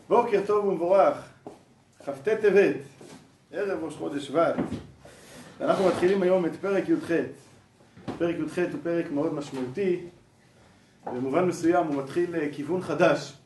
בוקר טוב ומבורך, כ"ט טבת, ערב ראש חודש שבט. ואנחנו מתחילים היום את פרק י"ח. פרק י"ח הוא פרק מאוד משמעותי, במובן מסוים הוא מתחיל כיוון חדש.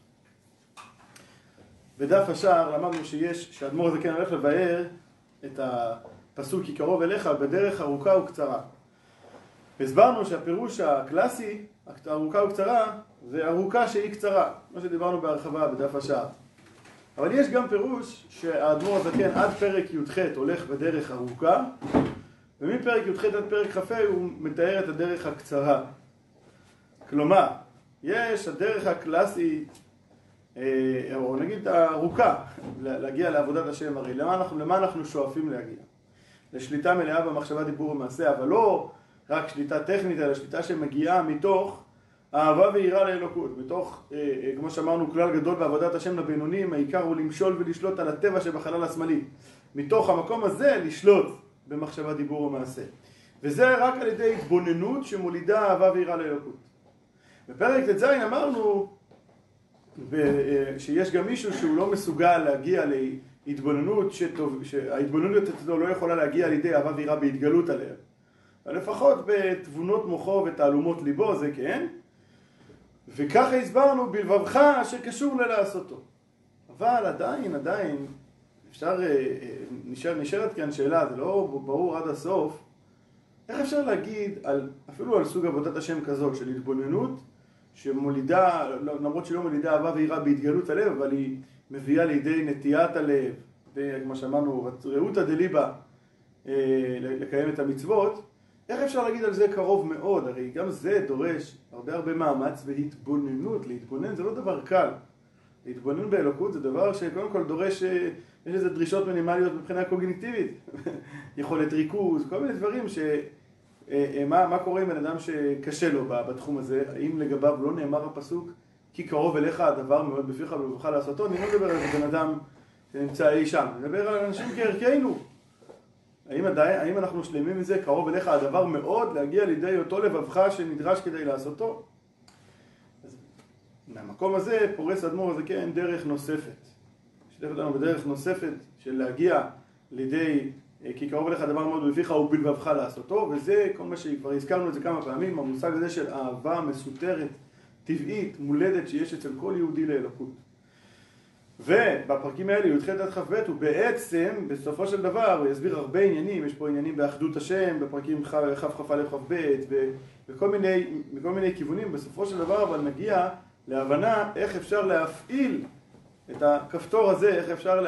בדף השער למדנו שהאדמו"ר הזקן הולך לבאר את הפסוק כי קרוב אליך בדרך ארוכה וקצרה. הסברנו שהפירוש הקלאסי, ארוכה וקצרה, זה ארוכה שהיא קצרה, מה שדיברנו בהרחבה בדף השער. אבל יש גם פירוש שהאדמו"ר הזקן עד פרק י"ח הולך בדרך ארוכה, ומפרק י"ח עד פרק כ"ה הוא מתאר את הדרך הקצרה. כלומר, יש הדרך הקלאסית, או נגיד הארוכה, להגיע לעבודת השם. הרי למה אנחנו שואפים להגיע? לשליטה מלאה במחשבה, דיבור ומעשה, אבל לא רק שליטה טכנית, אלא שליטה שמגיעה מתוך אהבה ויראה לאלוקות, מתוך, כמו שאמרנו, כלל גדול בעבודת השם לבינונים, העיקר הוא למשול ולשלוט על הטבע שבחלל השמאלי. מתוך המקום הזה לשלוט במחשבה, דיבור ומעשה. וזה רק על ידי התבוננות שמולידה אהבה ויראה לאלוקות. בפרק ט"ז אמרנו שיש גם מישהו שהוא לא מסוגל להגיע להתבוננות, שההתבוננות אצלו לא יכולה להגיע על ידי אהבה ויראה בהתגלות עליה. לפחות בתבונות מוחו ותעלומות ליבו, זה כן. וככה הסברנו בלבבך שקשור ללעשותו. אבל עדיין, נשארת כאן שאלה, זה לא ברור עד הסוף. איך אפשר להגיד, אפילו על סוג עבודת השם כזאת, של התבוננות, שמולידה, למרות שלא מולידה אהבה ויראה בהתגלות הלב, אבל היא מביאה לידי נטיית הלב, וכמו שאמרנו, ראותא דליבה, לקיים את המצוות. איך אפשר להגיד על זה קרוב מאוד? הרי גם זה דורש הרבה מאמץ והתבוננות. להתבונן זה לא דבר קל. להתבונן באלוקות זה דבר שקודם כל דורש, יש איזה דרישות מינימליות מבחינה קוגניטיבית. יכולת ריכוז, כל מיני דברים מה קורה עם בן אדם שקשה לו בתחום הזה? האם לגביו לא נאמר הפסוק כי קרוב אליך הדבר מאוד בפיך ובלבבך לעשותו? אני לא מדבר על בן אדם שנמצא אי שם, אני מדבר על אנשים כערכנו. האם אנחנו שלמים מזה? קרוב אליך הדבר מאוד להגיע לידי אותו לבבך שנדרש כדי לעשותו? אז מהמקום הזה פורס האדמו"ר הזקן דרך נוספת. שתף אותנו בדרך נוספת של להגיע לידי כי קרוב אליך הדבר מאוד בפיך ובלבבך לעשותו, וזה כל מה שכבר הזכרנו את זה כמה פעמים, המושג הזה של אהבה מסותרת, טבעית, מולדת שיש אצל כל יהודי לאלוקות. ובפרקים האלה, י"ח עד כ"ב, הוא בעצם, בסופו של דבר, הוא יסביר הרבה עניינים. יש פה עניינים באחדות השם, בפרקים כ"כ כ"ב, וכל מיני כיוונים. בסופו של דבר, אבל נגיע להבנה איך אפשר להפעיל את הכפתור הזה, איך אפשר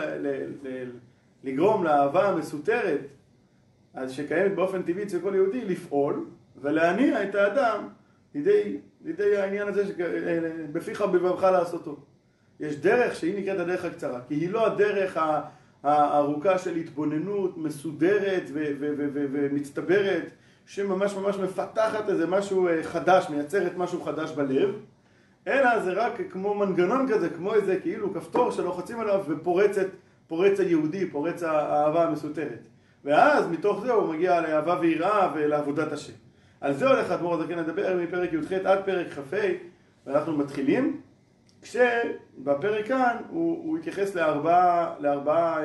לגרום לאהבה המסותרת, אז שקיימת באופן טבעי אצל כל יהודי, לפעול ולהניע את האדם לידי העניין הזה בפיך ובלבבך לעשותו. יש דרך שהיא נקראת הדרך הקצרה, כי היא לא הדרך הארוכה של התבוננות מסודרת ומצטברת, שממש מפתחת איזה משהו חדש, מייצרת משהו חדש בלב, אלא זה רק כמו מנגנון כזה, כמו איזה כאילו כפתור שלוחצים עליו ופורץ היהודי, פורץ האהבה המסותרת. ואז מתוך זה הוא מגיע לאהבה ויראה ולעבודת השם. על זה הולך האדמו"ר הזקן לדבר מפרק י"ח עד פרק כ"ה, ואנחנו מתחילים. כשבפרק כאן הוא יתייחס לארבעה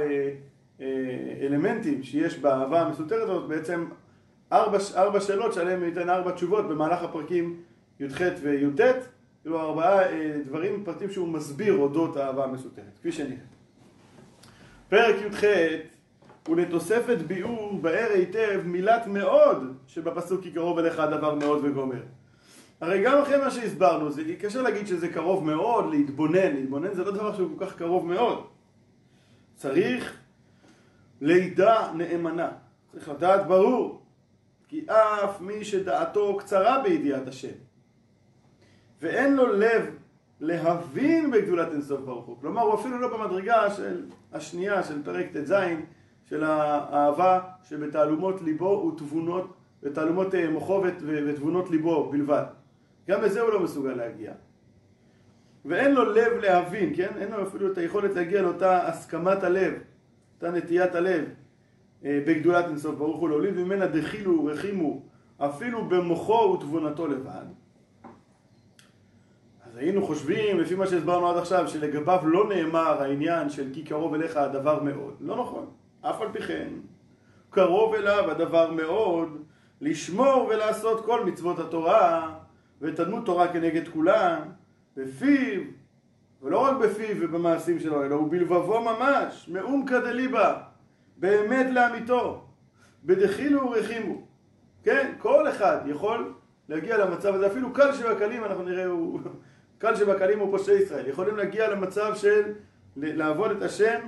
אלמנטים שיש באהבה המסותרת הזאת, בעצם ארבע שאלות שעליהם ניתן 4 תשובות במהלך הפרקים י"ח וי"ט, אלו 4 דברים פרטים שהוא מסביר אודות האהבה המסותרת, כפי שנראה. פרק י"ח הוא לתוספת ביאור באר היטב מילת מאוד שבפסוק כי קרוב אליך הדבר מאוד וגומר. הרי גם אחרי מה שהסברנו, זה קשה להגיד שזה קרוב מאוד, להתבונן זה לא דבר שהוא כל כך קרוב מאוד. צריך לידע נאמנה, צריך לדעת ברור, כי אף מי שדעתו קצרה בידיעת השם, ואין לו לב להבין בגדולת אינסוף ברוך הוא, כלומר הוא אפילו לא במדרגה השנייה של פרק ט"ז, של האהבה שבתעלומות ליבו ותבונות, בתעלומות מוחו ותבונות ליבו בלבד. גם לזה הוא לא מסוגל להגיע. ואין לו לב להבין, כן? אין לו אפילו את היכולת להגיע לאותה הסכמת הלב, אותה נטיית הלב, בגדולת אינסוף ברוך הוא, להוליד ממנה דחילו ורחימו, אפילו במוחו ותבונתו לבד. אז היינו חושבים, לפי מה שהסברנו עד עכשיו, שלגביו לא נאמר העניין של כי קרוב אליך הדבר מאוד. לא נכון. אף על פי כן, קרוב אליו הדבר מאוד, לשמור ולעשות כל מצוות התורה, ותלמוד תורה כנגד כולן, בפיו, ולא רק בפיו ובמעשים שלו, אלא הוא בלבבו ממש, מאומקא דליבא, באמת לאמיתו, בדחילו ורחימו. כן, כל אחד יכול להגיע למצב הזה, אפילו קל שבקלים, אנחנו נראה, קל שבקלים הוא פושעי ישראל, יכולים להגיע למצב של לעבוד את השם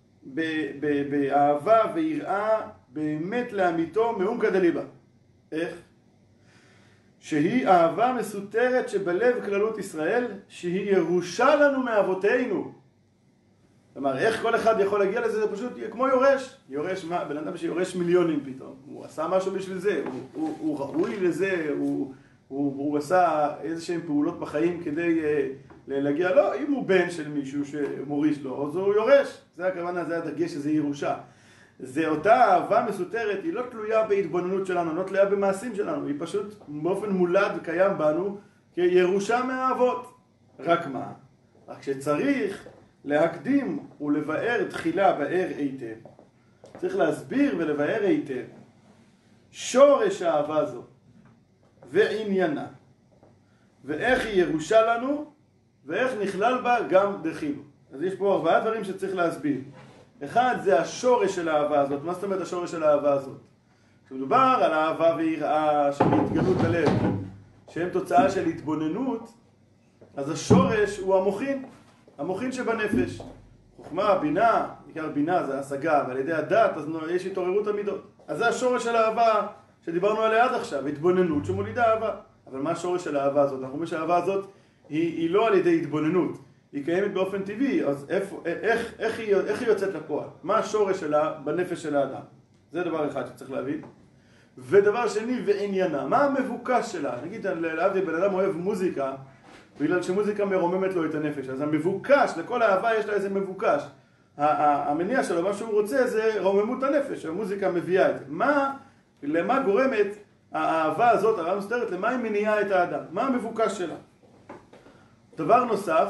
באהבה ויראה, באמת לאמיתו, מאומקא דליבא. איך? שהיא אהבה מסותרת שבלב כללות ישראל, שהיא ירושה לנו מאבותינו. כלומר, איך כל אחד יכול להגיע לזה? זה פשוט כמו יורש. יורש מה? בן אדם שיורש מיליונים פתאום. הוא עשה משהו בשביל זה, הוא ראוי לזה, הוא עשה איזשהם פעולות בחיים כדי להגיע, לא, אם הוא בן של מישהו שמוריש לו, אז הוא יורש. זה הכוונה, זה הדגש, שזה ירושה. זה אותה אהבה מסותרת, היא לא תלויה בהתבוננות שלנו, לא תלויה במעשים שלנו, היא פשוט באופן מולד קיים בנו כירושה מהאבות. רק מה? רק שצריך להקדים ולבאר תחילה באר היטב. צריך להסביר ולבאר היטב שורש האהבה הזו ועניינה, ואיך היא ירושה לנו, ואיך נכלל בה גם דחילו. אז יש פה 4 דברים שצריך להסביר. אחד זה השורש של האהבה הזאת. מה זאת אומרת השורש של האהבה הזאת? כשמדובר על אהבה ויראה של התגלות הלב, שהם תוצאה של התבוננות, אז השורש הוא המוחין שבנפש. חוכמה, בינה, עיקר בינה זה השגה, ועל ידי הדת אז יש התעוררות המידות. אז זה השורש של האהבה שדיברנו עליה עד עכשיו, התבוננות שמולידה אהבה. אבל מה השורש של האהבה הזאת? אנחנו אומרים שהאהבה הזאת היא לא על ידי התבוננות, היא קיימת באופן טבעי, אז איך היא יוצאת לפועל? מה השורש שלה בנפש של האדם? זה דבר אחד שצריך להבין. ודבר שני, ועניינה, מה המבוקש שלה? נגיד, להבדיל, בן אדם אוהב מוזיקה, בגלל שמוזיקה מרוממת לו את הנפש, אז המבוקש, לכל האהבה יש לה איזה מבוקש. המניע שלו, מה שהוא רוצה זה רוממות הנפש, המוזיקה מביאה את זה. למה גורמת האהבה הזאת, האהבה מסתרת, למה היא מניעה את האדם? מה המבוקש שלה? דבר נוסף,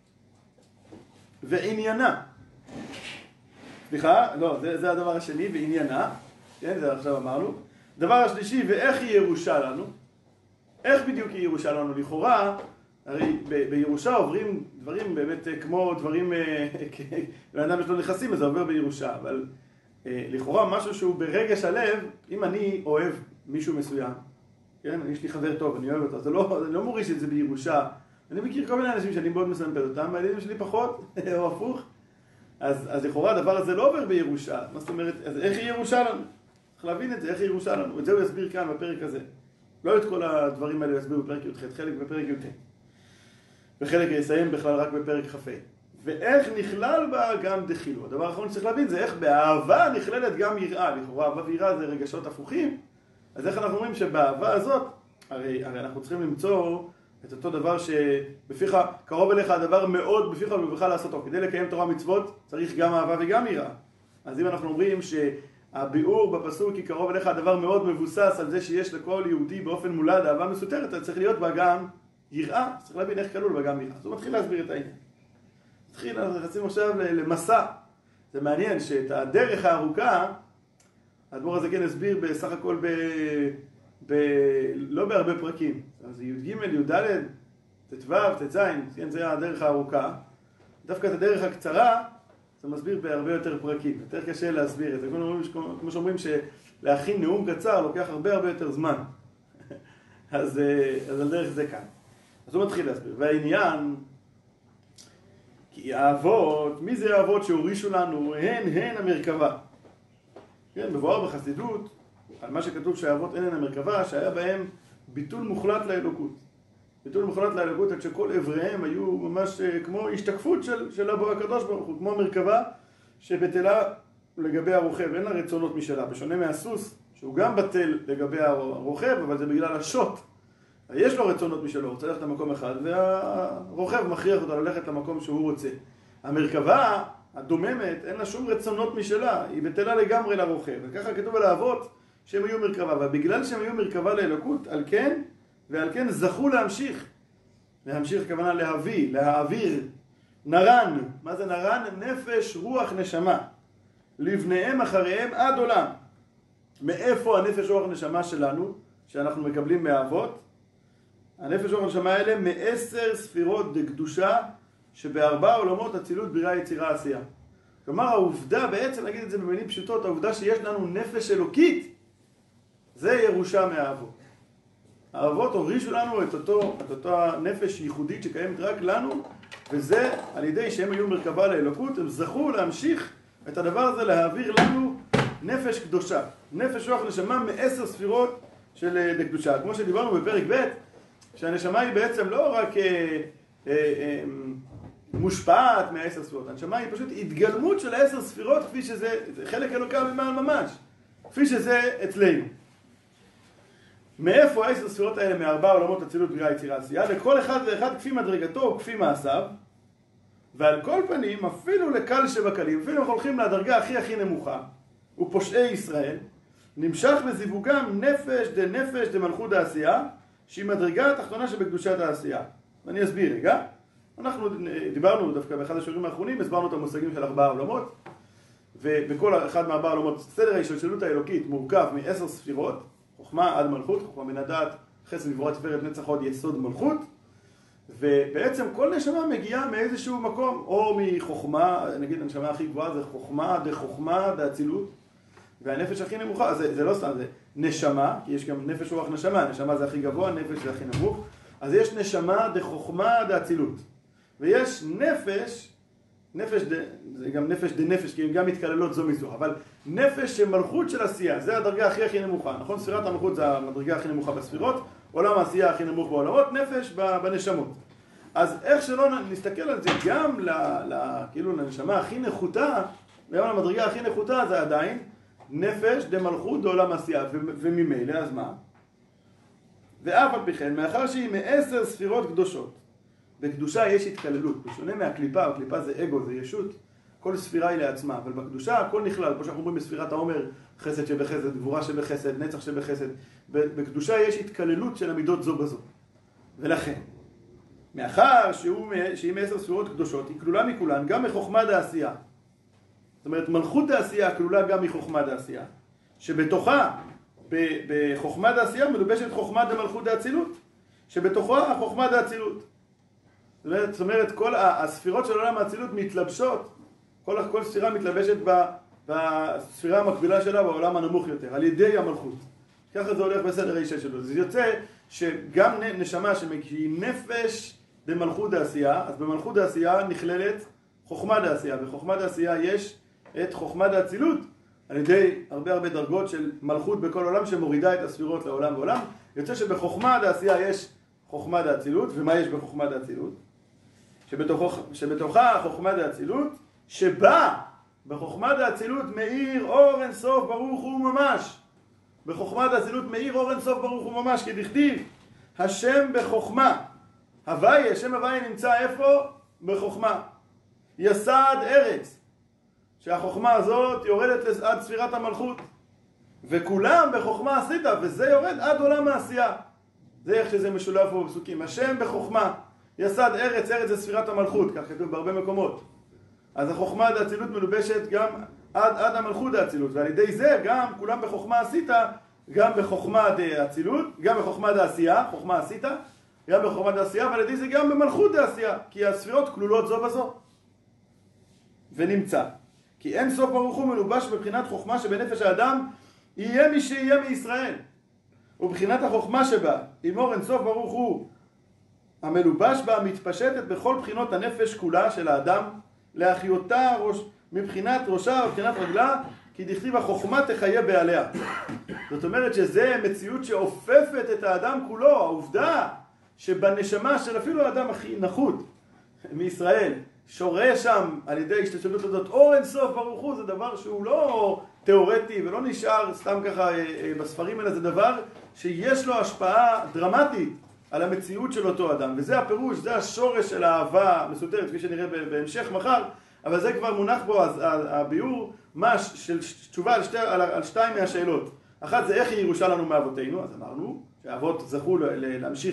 ועניינה. סליחה, לא, זה הדבר השני, ועניינה. כן, זה עכשיו אמרנו. דבר השלישי, ואיך היא ירושה לנו? איך בדיוק היא ירושה לנו? לכאורה, הרי בירושה עוברים דברים באמת כמו דברים, בן אדם יש לו נכסים, אז זה עובר בירושה, אבל לכאורה משהו שהוא ברגש הלב, אם אני אוהב מישהו מסוים, כן, יש לי חבר טוב, אני אוהב אותו, אז אני לא מוריש את זה בירושה. אני מכיר כל מיני אנשים שאני מאוד מסמפד אותם, והילדים שלי פחות, או הפוך. אז לכאורה הדבר הזה לא עובר בירושה. מה זאת אומרת, אז איך היא ירושה לנו? צריך להבין את זה, איך היא ירושה לנו. את זה הוא יסביר כאן בפרק הזה. לא את כל הדברים האלה יסביר בפרק י"ח, חלק בפרק י"ט. וחלק יסיים בכלל רק בפרק כ"ה. ואיך נכלל בה גם דחילו. הדבר האחרון שצריך להבין זה איך באהבה נכללת גם יראה. לכאורה אהבה ויראה זה רגשות הפוכים. אז איך אנחנו אומרים שבאהבה הזאת, הרי אנחנו צריכים למצוא את אותו דבר שבפיך, קרוב אליך הדבר מאוד בפיך ובבך לעשותו. כדי לקיים תורה מצוות צריך גם אהבה וגם יראה. אז אם אנחנו אומרים שהביאור בפסוק כי קרוב אליך הדבר מאוד מבוסס על זה שיש לכל יהודי באופן מולד אהבה מסותרת, אז צריך להיות בה גם יראה. צריך להבין איך כלול בה גם יראה. אז הוא מתחיל להסביר את העניין. אנחנו נכנסים עכשיו למסע. זה מעניין שאת הדרך הארוכה, האדמו"ר הזה כן הסביר בסך הכל לא בהרבה פרקים. אז י"ג, י"ד, ט"ו, ט"ז, כן, זה הדרך הארוכה. דווקא את הדרך הקצרה, זה מסביר בהרבה יותר פרקים. יותר קשה להסביר את זה. כמו שאומרים שלהכין נאום קצר לוקח הרבה יותר זמן. אז על דרך זה כאן. אז הוא מתחיל להסביר. והעניין, כי האבות, מי זה האבות שהורישו לנו? הן המרכבה. כן, מבואר בחסידות, על מה שכתוב שהאבות הן המרכבה, שהיה בהם ביטול מוחלט לאלוקות. ביטול מוחלט לאלוקות, עד שכל עבריהם היו ממש כמו השתקפות של הקדוש ברוך הוא, כמו מרכבה שבטלה לגבי הרוכב, אין לה רצונות משלה, בשונה מהסוס, שהוא גם בטל לגבי הרוכב, אבל זה בגלל השוט. יש לו רצונות משלו, הוא רוצה ללכת למקום אחד, והרוכב מכריח אותו ללכת למקום שהוא רוצה. המרכבה הדוממת, אין לה שום רצונות משלה, היא בטלה לגמרי לרוכב. וככה כתוב על האבות שהם היו מרכבה, ובגלל שהם היו מרכבה לאלוקות, על כן, ועל כן זכו להמשיך. להמשיך כוונה להביא, להעביר, נרן, מה זה נרן? נפש, רוח, נשמה, לבניהם אחריהם עד עולם. מאיפה הנפש, רוח, נשמה שלנו, שאנחנו מקבלים מהאבות? הנפש, רוח, נשמה האלה מ10 ספירות דקדושה, שבארבע עולמות אצילות, בריאה, יצירה, עשייה. כלומר, העובדה, בעצם נגיד את זה במילים פשוטות, העובדה שיש לנו נפש אלוקית, זה ירושה מהאבות. האבות הורישו לנו את אותו נפש ייחודית שקיימת רק לנו, וזה על ידי שהם היו מרכבה לאלוקות, הם זכו להמשיך את הדבר הזה, להעביר לנו נפש קדושה. נפש רוח נשמה מ10 ספירות של קדושה. כמו שדיברנו בפרק ב', שהנשמה היא בעצם לא רק מושפעת מ10 ספירות. הנשמה היא פשוט התגלמות של 10 ספירות, כפי שזה, זה חלק אלוקה ממעל ממש, כפי שזה אצלנו. מאיפה 10 ספירות האלה? מארבע עולמות אצילות, בריאה, יצירה, עשייה, לכל אחד ואחד כפי מדרגתו וכפי מעשיו, ועל כל פנים, אפילו לקל שבקלים, אפילו אנחנו הולכים לדרגה הכי נמוכה, ופושעי ישראל, נמשך בזיווגם נפש דנפש דמלכות העשייה, שהיא מדרגה התחתונה שבקדושת העשייה. ואני אסביר רגע. אנחנו דיברנו דווקא באחד השיעורים האחרונים, הסברנו את המושגים של 4 עולמות, ובכל אחד מ4 עולמות, סדר ההשתלשלות האלוקית מורכב מ10 ספירות, חוכמה עד מלכות, חוכמה מן הדעת, חסד גבורה תפארת נצח הוד יסוד מלכות, ובעצם כל נשמה מגיעה מאיזשהו מקום, או מחוכמה, נגיד הנשמה הכי גבוהה זה חוכמה דאצילות, והנפש הכי נמוכה, זה לא סתם, זה נשמה, כי יש גם נפש רוח נשמה, נשמה זה הכי גבוה, נפש זה הכי נמוך, אז יש נשמה דחוכמה דאצילות, ויש נפש זה גם נפש דנפש, כי הן גם מתקללות זו מזו, אבל נפש שמלכות של עשייה, זה הדרגה הכי נמוכה, נכון? ספירת המלכות זה הדרגה הכי נמוכה בספירות, עולם העשייה הכי נמוך בעולמות, נפש בנשמות. אז איך שלא נסתכל על זה, גם כאילו לנשמה הכי נחותה, גם למדרגה הכי נחותה זה עדיין נפש דמלכות בעולם העשייה, וממילא אז מה? ואף על פי כן, מאחר שהיא מ10 ספירות קדושות, בקדושה יש התקללות, בשונה מהקליפה, הקליפה זה אגו, זה ישות, כל ספירה היא לעצמה, אבל בקדושה הכל נכלל, כמו שאנחנו אומרים בספירת העומר, חסד שבחסד, גבורה שבחסד, נצח שבחסד, בקדושה יש התקללות של המידות זו בזו. ולכן, מאחר שהיא מ10 ספירות קדושות, היא כלולה מכולן, גם מחוכמה דעשייה. זאת אומרת, מלכות דעשייה כלולה גם מחוכמה דעשייה, שבתוכה, בחוכמה דעשייה מלובשת חוכמה דמלכות דאצילות, שבתוכה החוכמה דאצילות. זאת אומרת, כל הספירות של עולם האצילות מתלבשות, כל ספירה מתלבשת בספירה המקבילה שלה בעולם הנמוך יותר, על ידי המלכות. ככה זה הולך בסדר האישה שלו. זה יוצא שגם נשמה שהיא נפש במלכות דעשייה, אז במלכות דעשייה נכללת חוכמה דעשייה, בחוכמה דעשייה יש את חוכמה דאצילות, על ידי הרבה דרגות של מלכות בכל עולם שמורידה את הספירות לעולם ועולם. יוצא שבחוכמה דעשייה יש חוכמה דאצילות, ומה יש בחוכמה דאצילות? שבתוכה חוכמה דאצילות, שבה בחוכמה דאצילות מאיר אור אין סוף ברוך הוא ממש. בחוכמה דאצילות מאיר אור אין סוף ברוך הוא ממש, כי דכתיב השם בחוכמה. הוויה, השם הוויה נמצא איפה? בחוכמה. יסד ארץ, שהחוכמה הזאת יורדת עד ספירת המלכות, וכולם בחוכמה עשית, וזה יורד עד עולם העשייה. זה איך שזה משולב פה בפסוקים. השם בחוכמה, יסד ארץ, ארץ זה ספירת המלכות, כך כתוב בהרבה מקומות. אז החוכמה דאצילות מלובשת גם עד המלכות דאצילות, ועל ידי זה גם כולם בחוכמה עשית, גם בחוכמה דאצילות, גם בחוכמה דעשייה, חוכמה עשית, גם בחוכמה דעשייה, ועל ידי זה גם במלכות דעשייה, כי הספירות כלולות זו בזו. ונמצא, כי אין סוף ברוך הוא מלובש בבחינת חוכמה שבנפש האדם, יהיה מי שיהיה מישראל. ובבחינת החוכמה שבה, אם אור אין סוף ברוך הוא, המלובש בה מתפשטת בכל בחינות הנפש כולה של האדם, להחיותה מבחינת ראשה ובבחינת רגלה, כי דכתיב החוכמה תחיה בעליה. זאת אומרת שזה מציאות שאופפת את האדם כולו, העובדה שבנשמה של אפילו האדם הכי נחות מישראל, שורה שם על ידי השתלשלות הזאת אור אין סוף ברוך הוא, זה דבר שהוא לא תיאורטי ולא נשאר סתם ככה בספרים, אלא זה דבר שיש לו השפעה דרמטית על המציאות של אותו אדם, וזה הפירוש, זה השורש של האהבה מסותרת, כפי שנראה בהמשך מחר, אבל זה כבר מונח בו הביאור של תשובה על 2 מהשאלות. אחת זה איך היא ירושה לנו מאבותינו, אז אמרנו שהאבות זכו להמשיך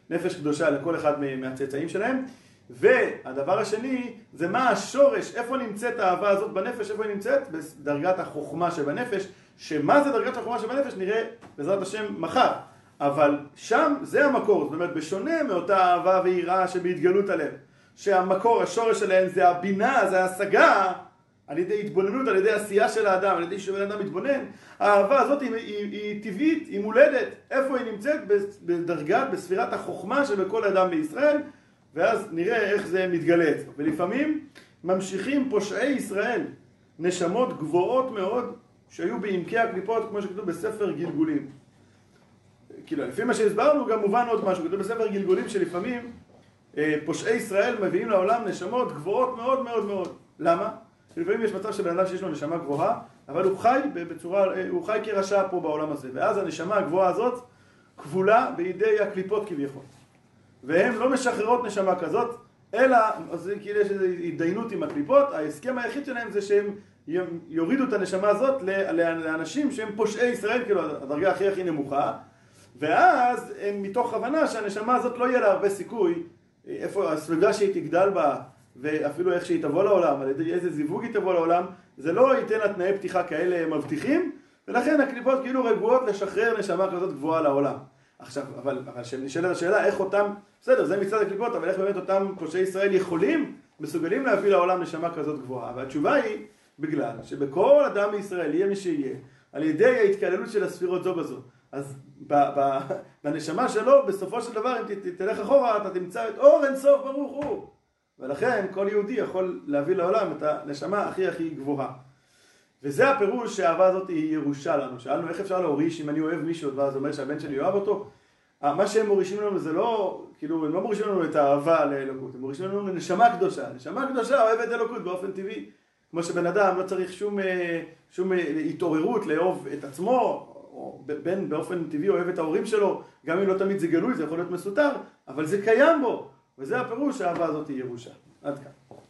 נפש קדושה לכל אחד מהצאצאים שלהם. והדבר השני זה מה השורש, איפה נמצאת האהבה הזאת בנפש, איפה היא נמצאת? בדרגת החוכמה שבנפש, שמה זה דרגת החוכמה שבנפש נראה בעזרת השם מחר. אבל שם זה המקור, זאת אומרת בשונה מאותה אהבה ויראה שבהתגלות הלב, שהמקור, השורש שלהם זה הבינה, זה ההשגה, על ידי התבוננות, על ידי עשייה של האדם, על ידי שבן אדם מתבונן, האהבה הזאת היא טבעית, היא מולדת, איפה היא נמצאת? בדרגת, בספירת החוכמה שבכל אדם בישראל, ואז נראה איך זה מתגלה. ולפעמים ממשיכים פושעי ישראל, נשמות גבוהות מאוד, שהיו בעמקי הקליפות, כמו שכתוב בספר גלגולים. כאילו, לפי מה שהסברנו, גם מובן עוד משהו, כתוב בספר גלגולים שלפעמים פושעי ישראל מביאים לעולם נשמות גבוהות מאוד מאוד מאוד. למה? לפעמים יש מצב שבן אדם שיש לו נשמה גבוהה, אבל הוא חי כרשע פה בעולם הזה, ואז הנשמה הגבוהה הזאת כבולה בידי הקליפות כביכול. והן לא משחררות נשמה כזאת, אלא, אז כאילו יש איזו התדיינות עם הקליפות, ההסכם היחיד שלהם זה שהם יורידו את הנשמה הזאת לאנשים שהם פושעי ישראל, כאילו הדרגה הכי נמוכה, ואז הם מתוך הבנה שהנשמה הזאת לא יהיה לה הרבה סיכוי, איפה הסביבה שהיא תגדל בה, ואפילו איך שהיא תבוא לעולם, על ידי איזה זיווג היא תבוא לעולם, זה לא ייתן לה תנאי פתיחה כאלה מבטיחים, ולכן הקליפות כאילו רגועות לשחרר נשמה כזאת גבוהה לעולם. עכשיו, אבל שנשאלת השאלה, איך אותם, בסדר, זה מצד הקליפות, אבל איך באמת אותם פושעי ישראל מסוגלים להביא לעולם נשמה כזאת גבוהה? והתשובה היא, בגלל שבכל אדם בישראל יהיה מי שיהיה, על ידי ההתקללות של הספירות זו בזו. אז בנשמה שלו, בסופו של דבר, אם תלך אחורה, אתה תמצא את אור אין סוף ברוך הוא. ולכן כל יהודי יכול להביא לעולם את הנשמה הכי גבוהה. וזה הפירוש שהאהבה הזאת היא ירושה לנו. שאלנו איך אפשר להוריש אם אני אוהב מישהו, ואז אומר שהבן שלי אוהב אותו. מה שהם מורישים לנו זה לא, כאילו, הם לא מורישים לנו את האהבה לאלוקות, הם מורישים לנו נשמה קדושה. נשמה קדושה אוהבת אלוקות באופן טבעי. כמו שבן אדם לא צריך שום התעוררות לאהוב את עצמו, או בן באופן טבעי אוהב את ההורים שלו, גם אם לא תמיד זה גלוי, זה יכול להיות מסותר, אבל זה קיים בו. וזה הפירוש שהאהבה הזאת היא ירושה. עד כאן.